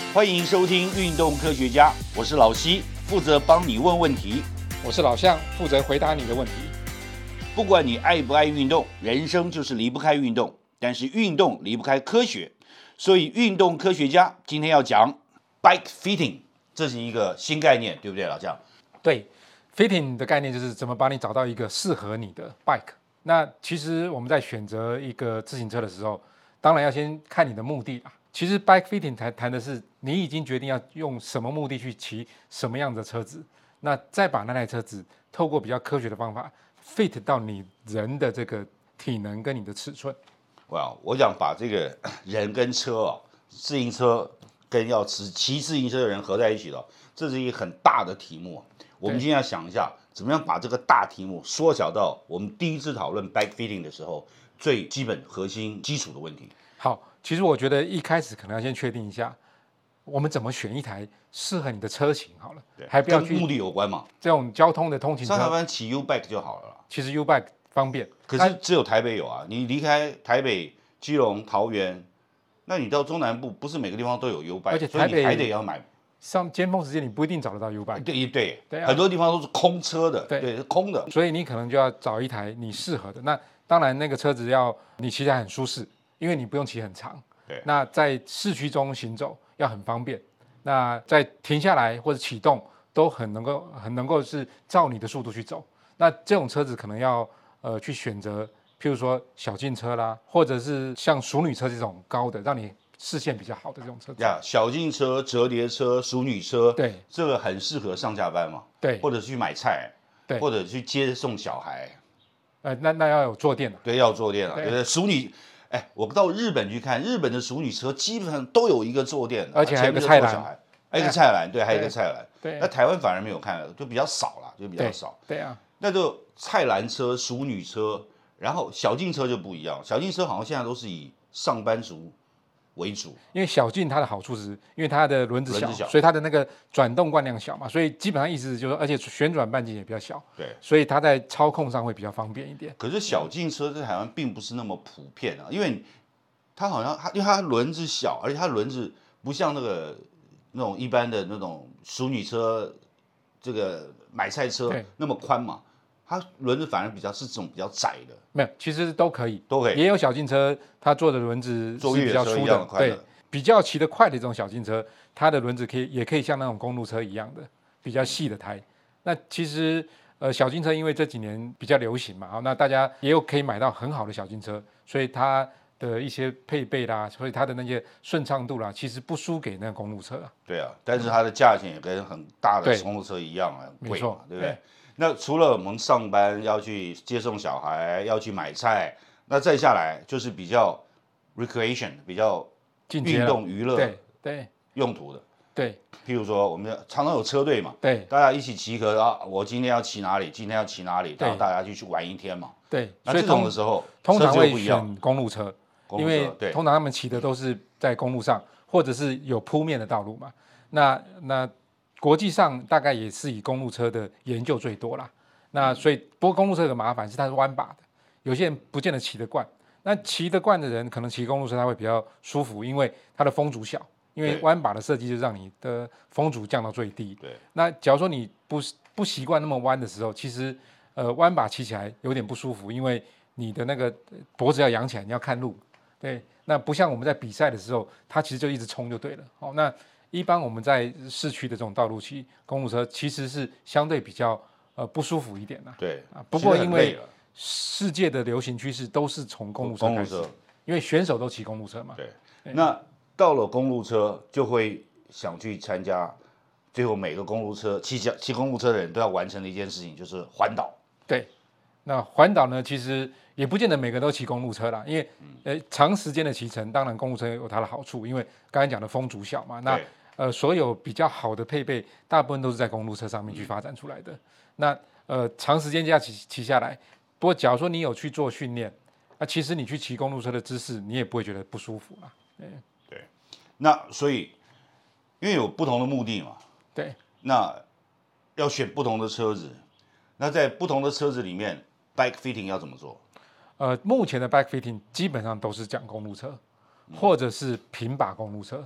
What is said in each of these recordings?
欢迎收听《运动科学家》，我是老西，负责帮你问问题。 我是老向，负责回答你的问题。 不管你爱不爱运动，人生就是离不开运动，但是运动离不开科学，所以运动科学家今天要讲 bike fitting， 这是一个新概念，对不对，老将？ 对 ，fitting 的概念就是怎么帮你找到一个适合你的 bike。那其实我们在选择一个自行车的时候，当然要先看你的目的啦。其实 bike fitting 谈的是你已经决定要用什么目的去骑什么样的车子，那再把那台车子透过比较科学的方法 fit 到你人的这个体能跟你的尺寸。 我想把这个人跟车自行车跟要骑自行车的人合在一起了，这是一个很大的题目。我们今天要想一下，怎么样把这个大题目缩小到我们第一次讨论 bike fitting 的时候最基本、核心、基础的问题。 好，其实我觉得一开始可能要先确定一下，我们怎么选一台适合你的车型好了，还不要去跟目的有关嘛。 这种交通的通勤车， 上下班骑 U bike 就好了啦。 其实 U bike 方便， 可是只有台北有啊。你离开台北、基隆、桃园，那你到中南部，不是每个地方都有 U bike， 而且台北所以你还得要买。 上尖峰时间你不一定找得到 U bike， 对、很多地方都是空车的，对，是空的。 所以你可能就要找一台你适合的。那当然，那个车子要你骑起来很舒适，因为你不用骑很长。 对， 那在市区中行走要很方便，那在停下来或者启动都很能够是照你的速度去走。那这种车子可能要去选择，譬如说小径车啦，或者是像淑女车这种高的，让你视线比较好的这种车子。 小径车、折叠车、淑女车， 对， 这个很适合上下班嘛。 对， 或者去买菜， 对， 或者去接送小孩。 那要有坐垫了。 对，要有坐垫了。对，淑女。我到日本去看，日本的淑女车基本上都有一个坐垫， 而且还有个菜篮， 还有一个菜篮，对，还有一个菜篮。 对， 那台湾反而没有看，就比较少了，就比较少。 对啊， 那就菜篮车、淑女车，然后小径车就不一样，小径车好像现在都是以上班族为主， 因为小径它的好处是，因为它的轮子小，所以它的那个转动惯量小嘛，所以基本上意思就是说，而且旋转半径也比较小， 对， 所以它在操控上会比较方便一点。 可是小径车在台湾并不是那么普遍啊，因为它好像因为它轮子小，而且它轮子不像那种一般的那种淑女车，这个买菜车那么宽嘛，它轮子反而是这种比较窄的。 没有，其实都可以， 都可以， 也有小径车，它做的轮子是比较粗的， 对， 比较骑得快的这种小径车，它的轮子也可以像那种公路车一样的比较细的胎。那其实小径车因为这几年比较流行嘛，那大家也有可以买到很好的小径车，所以它的一些配备啦，所以它的那些顺畅度啦，其实不输给那个公路车啊。 对啊，但是它的价钱也跟很大的公路车一样啊，贵嘛，对不对？那除了我们上班要去接送小孩，要去买菜，那再下来就是比较 recreation， 比较运动娱乐对用途的。 对， 譬如说我们常常有车队嘛， 对， 大家一起集合啊，我今天要骑哪里，今天要骑哪里，然后大家去玩一天嘛。 对， 那这种的时候， 通常会选公路车，因为通常他们骑的都是在公路上，或者是有铺面的道路嘛。那国际上大概也是以公路车的研究最多啦。那所以不过公路车有个麻烦是它是弯把的，有些人不见得骑得惯。那骑得惯的人可能骑公路车他会比较舒服，因为它的风阻小，因为弯把的设计就让你的风阻降到最低。 对。 那假如说你不习惯那么弯的时候，其实弯把骑起来有点不舒服，因为你的那个脖子要扬起来，你要看路。对。那不像我们在比赛的时候，它其实就一直冲就对了。那一般我们在市区的这种道路骑公路车，其实是相对比较不舒服一点啦。 对。 不过因为世界的流行趋势都是从公路车开始，因为选手都骑公路车嘛。 对。那到了公路车，就会想去参加，最后每个公路车骑公路车的人都要完成的一件事情，就是环岛。 对。那环岛呢，其实也不见得每个都骑公路车啦，因为长时间的骑乘，当然公路车有它的好处，因为刚才讲的风阻小嘛。那所有比较好的配备，大部分都是在公路车上面去发展出来的。那长时间这样骑下来，不过假如说你有去做训练，那其实你去骑公路车的姿势，你也不会觉得不舒服啦。 对。那所以因为有不同的目的嘛， 对。 那要选不同的车子，那在不同的车子里面 ，bike fitting 要怎么做？ 目前的 bike fitting 基本上都是讲公路车，或者是平把公路车，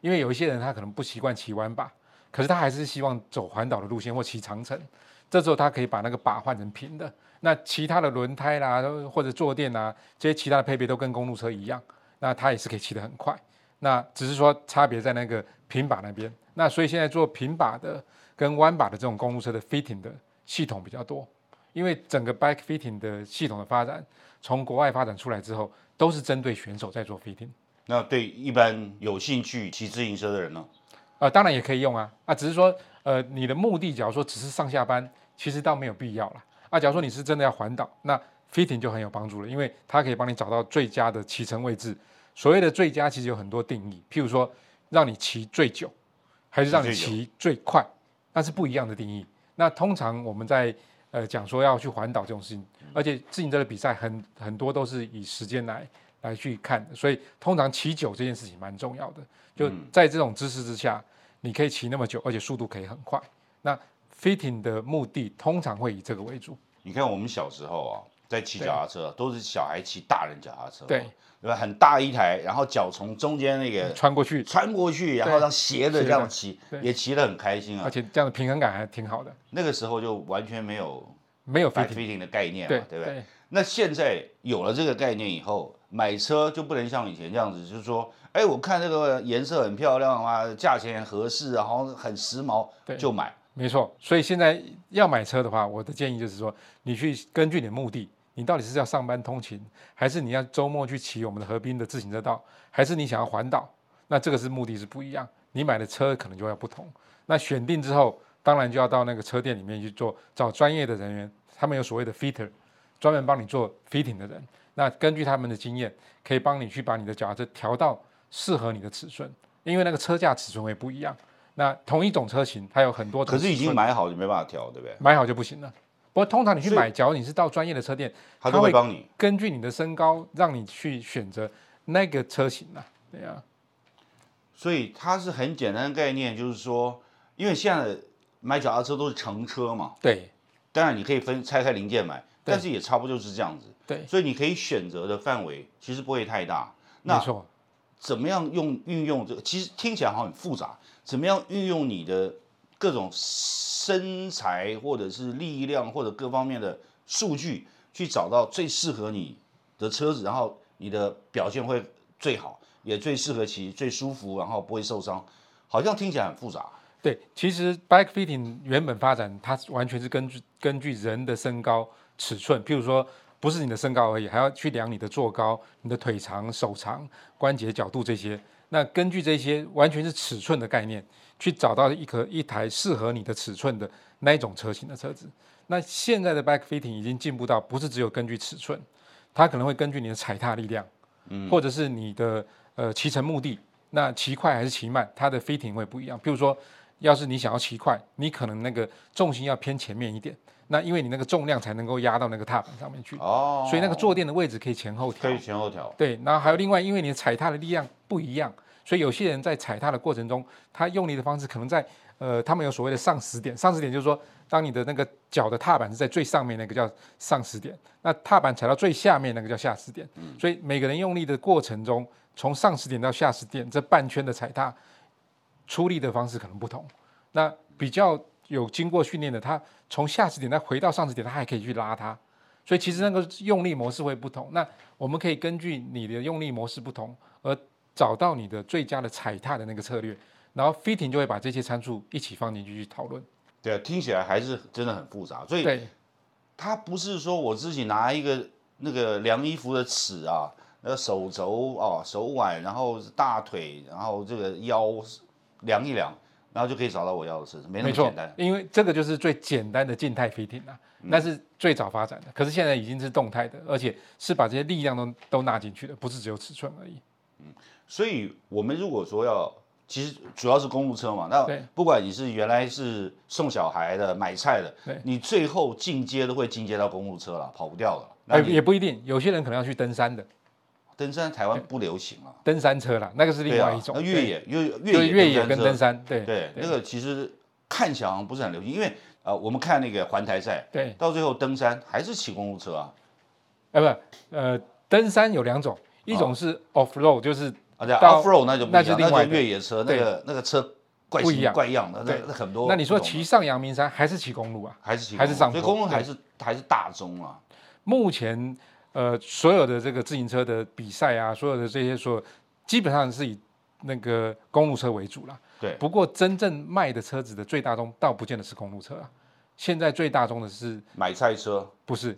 因为有一些人他可能不习惯骑弯把，可是他还是希望走环岛的路线或骑长程，这时候他可以把那个把换成平的。那其他的轮胎啦或者坐垫啊这些其他的配备都跟公路车一样，那它也是可以骑得很快。那只是说差别在那个平把那边。那所以现在做平把的跟弯把的这种公路车的 fitting 的系统比较多，因为整个 bike fitting 的系统的发展从国外发展出来之后，都是针对选手在做 fitting。 那对一般有兴趣骑自行车的人呢？ 当然也可以用啊，只是说你的目的假如说只是上下班，其实倒没有必要啦。假如说你是真的要环岛，那 fitting 就很有帮助了，因为它可以帮你找到最佳的骑乘位置。所谓的最佳其实有很多定义，譬如说让你骑最久，还是让你骑最快，那是不一样的定义。那通常我们在讲说要去环岛这种事情，而且自行车的比赛很多都是以时间来去看的，所以通常骑久这件事情蛮重要的。就在这种姿势之下，你可以骑那么久，而且速度可以很快。那 fitting 的目的通常会以这个为主。 你看我们小时候啊，在骑脚踏车都是小孩骑大人脚踏车， 对吧？很大一台，然后脚从中间那个穿过去， 然后让斜的这样骑，也骑得很开心啊。 而且这样的平衡感还挺好的。 那个时候就完全没有 fitting 的概念嘛，对不对？那现在有了这个概念以后，买车就不能像以前这样子，就是说，哎，我看这个颜色很漂亮啊，价钱合适，好像很时髦，就买。 没错，所以现在要买车的话，我的建议就是说，你去根据你的目的，你到底是要上班通勤，还是你要周末去骑我们的河滨的自行车道，还是你想要环岛？那这个是目的是不一样，你买的车可能就要不同。那选定之后，当然就要到那个车店里面去找专业的人员，他们有所谓的 fitter， 专门帮你做 fitting 的人。那根据他们的经验，可以帮你去把你的脚踏车调到适合你的尺寸，因为那个车架尺寸会不一样。那同一种车型，它有很多种， 可是已经买好就没办法调，对不对？ 买好就不行了。不过通常你去买，假如你是到专业的车店， 他都会帮你根据你的身高，让你去选择那个车型啊，对啊。 所以它是很简单的概念，就是说，因为现在买脚踏车都是乘车嘛， 对。 当然你可以拆开零件买，但是也差不多就是这样子。 对。 所以你可以选择的范围其实不会太大。 没错。 怎么样运用这个？其实听起来好像很复杂。怎么样运用你的各种身材或者是力量或者各方面的数据，去找到最适合你的车子，然后你的表现会最好，也最适合骑，最舒服，然后不会受伤。好像听起来很复杂。 对，其实 bike fitting 原本发展，它完全是根据人的身高尺寸，譬如说不是你的身高而已，还要去量你的坐高、你的腿长、手长、关节角度这些。那根据这些完全是尺寸的概念，去找到一台适合你的尺寸的那一种车型的车子。那现在的 bike fitting 已经进步到不是只有根据尺寸，它可能会根据你的踩踏力量，或者是你的骑乘目的，那骑快还是骑慢，它的 fitting 会不一样。譬如说，要是你想要骑快，你可能那个重心要偏前面一点。那因为你那个重量才能够压到那个踏板上面去，所以那个坐垫的位置可以前后调。 可以前后调。 对，然后还有另外，因为你的踩踏的力量不一样，所以有些人在踩踏的过程中，他用力的方式可能在他们有所谓的上食点。上食点就是说，当你的那个脚的踏板是在最上面那个叫上食点，那踏板踩到最下面那个叫下食点。所以每个人用力的过程中，从上食点到下食点这半圈的踩踏，出力的方式可能不同。那比较有经过训练的，他从下食点再回到上食点，他还可以去拉它，所以其实那个用力模式会不同。那我们可以根据你的用力模式不同，而找到你的最佳的踩踏的那个策略，然后 fitting 就会把这些参数一起放进去讨论。 对啊，听起来还是真的很复杂。所以它不是说我自己拿一个那个量衣服的尺啊，手肘啊、手腕，然后大腿，然后这个腰量一量。然后就可以找到我要的车子，没那么简单。 因为这个就是最简单的静态 fitting 啊，那是最早发展的。可是现在已经是动态的，而且是把这些力量都纳进去的，不是只有尺寸而已。 所以我们如果说其实主要是公路车嘛，那不管你是原来是送小孩的、买菜的，你最后进阶都会进阶到公路车了，跑不掉了。 也不一定，有些人可能要去登山的。 登山台湾不流行啊， 登山车啦，那个是另外一种。 越野跟登山，对， 那个其实看起来好像不是很流行，因为我们看那个环台赛， 对， 到最后登山还是骑公路车啊。 登山有两种，一种是 off road，就是对 ，off-road 那就不一样， 那是另外越野车，那个车怪形怪样的，那很多。 那你说骑上阳明山还是骑公路啊？ 还是上坡， 所以公路还是大宗啊。 目前所有的这个自行车的比赛啊，所有的这些基本上是以那个公路车为主啦。 对。 不过真正卖的车子的最大宗倒不见得是公路车啊，现在最大宗的是买菜车， 不是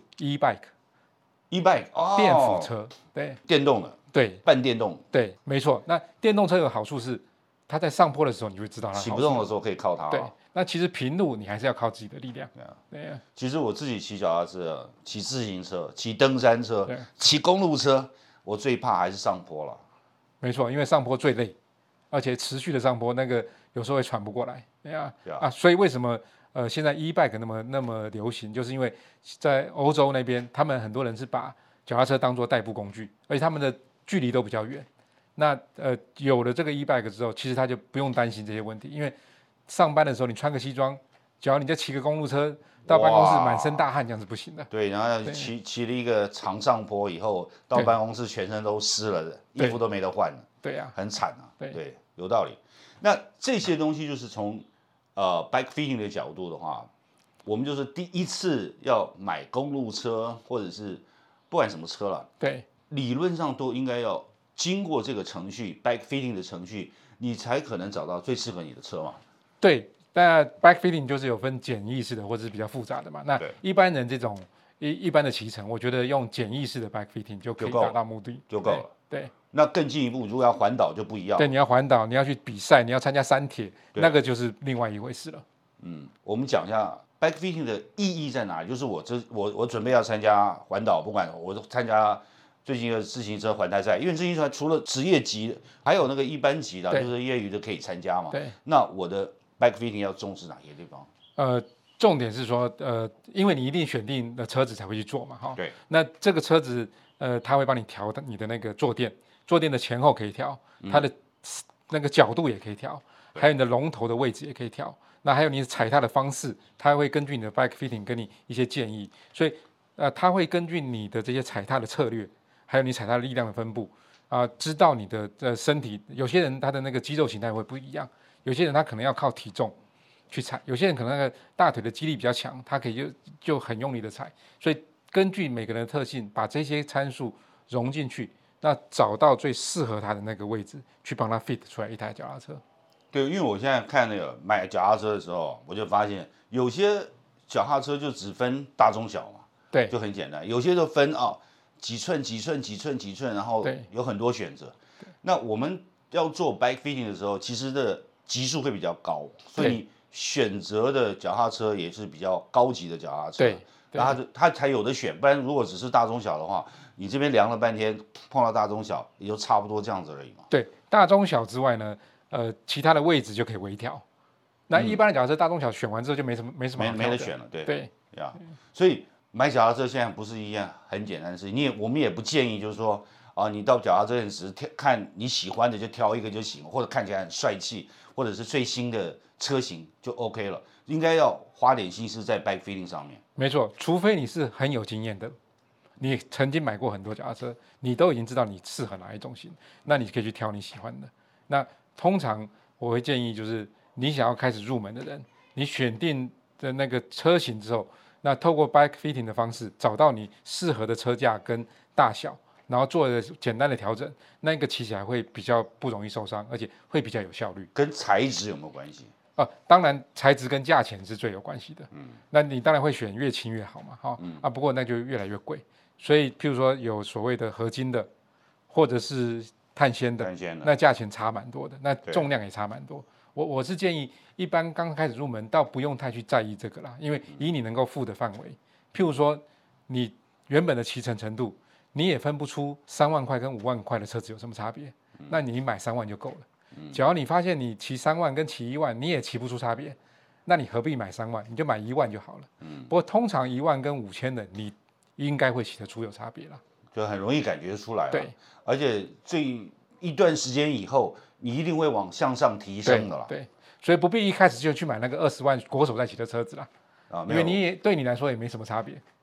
e-bike 哦， 电辅车，对， 电动的， 对， 半电动， 对，没错。那电动车有好处是，它在上坡的时候你会知道它骑不动的时候可以靠它。 对，那其实平路你还是要靠自己的力量。对啊。 其实我自己骑脚踏车、骑自行车、骑登山车、骑公路车，我最怕还是上坡了。 没错，因为上坡最累，而且持续的上坡，那个有时候会喘不过来。对啊。所以为什么现在 e-bike 那么流行，就是因为在欧洲那边，他们很多人是把脚踏车当作代步工具，而且他们的距离都比较远。那有了这个 e-bike 之后，其实他就不用担心这些问题，因为上班的时候你穿个西装，只要你再骑个公路车到办公室满身大汗，这样是不行的。 对，然后骑了一个长上坡以后，到办公室全身都湿了的，衣服都没得换了。 对呀， 很惨啊。对，有道理。那这些东西就是从bike fitting 的角度的话，我们就是第一次要买公路车或者是不管什么车了， 对， 理论上都应该要经过这个程序 bike fitting 的程序，你才可能找到最适合你的车嘛。 对，但 bike fitting 就是有分简易式的或者是比较复杂的嘛。那一般人这种一般的骑乘，我觉得用简易式的 bike fitting 就可以达到目的， 就够了。 对。 那更进一步，如果要环岛就不一样。 对，你要环岛，你要去比赛，你要参加山铁，那个就是另外一回事了。 我们讲一下 bike fitting 的意义在哪里？就是我准备要参加环岛，不管我参加最近的自行车环台赛，因为自行车除了职业级，还有那个一般级的，就是业余的可以参加嘛。 对。 那我的 bike fitting 要重视哪些地方？ 重点是说，因为你一定选定的车子才会去做嘛，哈。 对。 那这个车子，它会帮你调你的那个坐垫的前后可以调，它的那个角度也可以调，还有你的龙头的位置也可以调。那还有你踩它的方式，它会根据你的 bike fitting 跟你一些建议，所以它会根据你的这些踩踏的策略，还有你踩踏的力量的分布知道你的身体。有些人他的那个肌肉形态会不一样，有些人他可能要靠体重去踩，有些人可能那个大腿的肌力比较强，他可以就很用力的踩。所以根据每个人的特性，把这些参数融进去。那找到最适合他的那个位置，去帮他 fit 出来一台脚踏车。 对，因为我现在看那个买脚踏车的时候，我就发现有些脚踏车就只分大中小嘛， 对， 就很简单。有些就分几寸，然后有很多选择。那我们要做 bike fitting 的时候，其实的级数会比较高，所以你选择的脚踏车也是比较高级的脚踏车。 对， 然后它才有的选，不然如果只是大中小的话，你这边量了半天，碰到大中小也就差不多这样子而已嘛。 对，大中小之外呢，其他的位置就可以微调。那一般的脚踏车大中小选完之后就没什么没得选了， 对呀。所以买脚踏车现在不是一件很简单的事，我们也不建议就是说你到脚踏车店时看你喜欢的就挑一个就行，或者看起来很帅气，或者是最新的车型就 OK 了。应该要花点心思在 bike fitting 上面。 没错，除非你是很有经验的。你曾经买过很多脚踏车，你都已经知道你适合哪一种型，那你可以去挑你喜欢的。那通常我会建议，就是你想要开始入门的人，你选定的那个车型之后，那透过 bike fitting 的方式找到你适合的车架跟大小，然后做了简单的调整，那个骑起来会比较不容易受伤，而且会比较有效率。 跟材质有没有关系？ 当然材质跟价钱是最有关系的。那你当然会选越轻越好嘛，不过那就越来越贵。所以，譬如说有所谓的合金的，或者是碳纤的，那价钱差蛮多的，那重量也差蛮多。我是建议，一般刚开始入门，倒不用太去在意这个啦，因为以你能够付的范围，譬如说你原本的骑乘程度，你也分不出3万块跟5万块的车子有什么差别，那你买3万就够了。只要你发现你骑3万跟骑1万你也骑不出差别，那你何必买3万？你就买1万就好了。不过通常1万跟5000的你应该会骑得出有差别啦， 就很容易感觉出来。 对， 而且一段时间以后，你一定会往向上提升的啦。 对，所以不必一开始就去买那个20万国手在骑的车子啦，因为对你来说也没什么差别。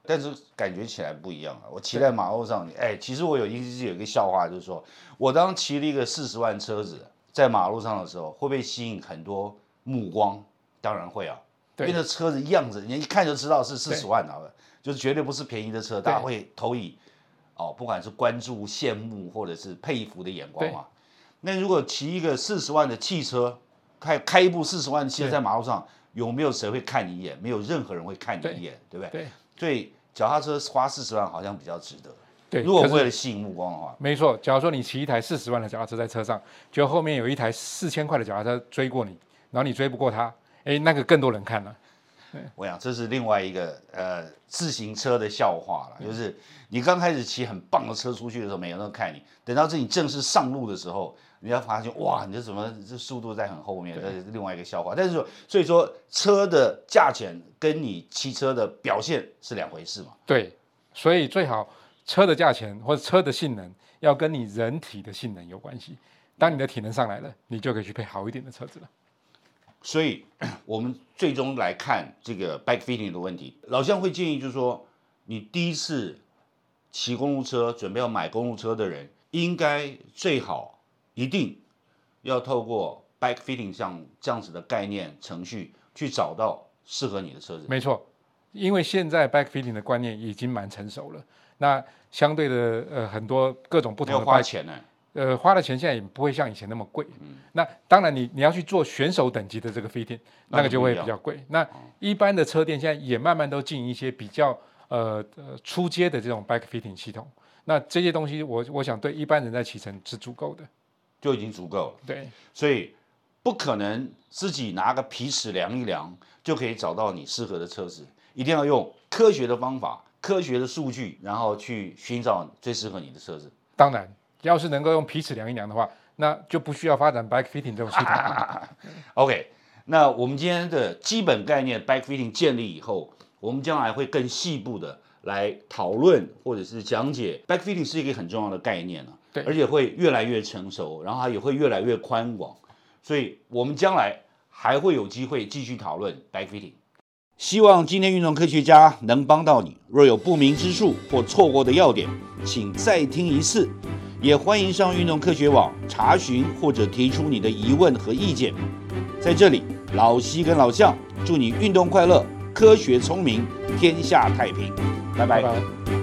但是感觉起来不一样啊。我骑在马路上，其实我有一个笑话，就是说我当骑了一个40万车子在马路上的时候，会不会吸引很多目光？当然会啊，因为那车子样子，你一看就知道是40万的，就是绝对不是便宜的车，大家会投以不管是关注、羡慕或者是佩服的眼光嘛。那如果骑一个40万的汽车，开一部40万的汽车在马路上，有没有谁会看你一眼？没有任何人会看你一眼，对不对？ 对。 所以脚踏车花40万好像比较值得。 对， 如果为了吸引目光的话， 没错。假如说你骑一台40万的脚踏车在车上，就后面有一台4000块的脚踏车追过你，然后你追不过他，那个更多人看了。 我想这是另外一个自行车的笑话了，就是你刚开始骑很棒的车出去的时候，没有人看你，等到你正式上路的时候，你要发现哇，你这怎么这速度在很后面，这是另外一个笑话。但是所以说车的价钱跟你骑车的表现是两回事嘛？ 对，所以最好车的价钱或者车的性能要跟你人体的性能有关系。当你的体能上来了，你就可以去配好一点的车子了。 所以，我们最终来看这个 bike fitting 的问题，老向会建议就是说，你第一次骑公路车，准备要买公路车的人，应该最好一定要透过 bike fitting 像这样子的概念程序去找到适合你的车子。 没错，因为现在 bike fitting 的观念已经蛮成熟了，那相对的很多各种不同的 bike, 没有花钱呢。 花的钱现在也不会像以前那么贵。那当然你要去做选手等级的这个 fitting， 那个就会比较贵。那一般的车店现在也慢慢都进一些比较初阶的这种 bike fitting 系统。那这些东西我想对一般人在骑乘是足够的， 就已经足够了。 对， 所以不可能自己拿个皮尺量一量就可以找到你适合的车子，一定要用科学的方法、科学的数据，然后去寻找最适合你的车子。 当然。要是能够用皮尺量一量的话，那就不需要发展 bike fitting 这种系统。 OK， 那我们今天的基本概念 bike fitting 建立以后，我们将来会更细部的来讨论或者是讲解 bike fitting 是一个很重要的概念啊， 对， 而且会越来越成熟，然后它也会越来越宽广，所以我们将来还会有机会继续讨论 bike fitting。希望今天运动科学家能帮到你，若有不明之处或错过的要点，请再听一次。也欢迎上运动科学网查询或者提出你的疑问和意见。在这里，老西跟老向祝你运动快乐，科学聪明，天下太平。拜拜。 拜拜。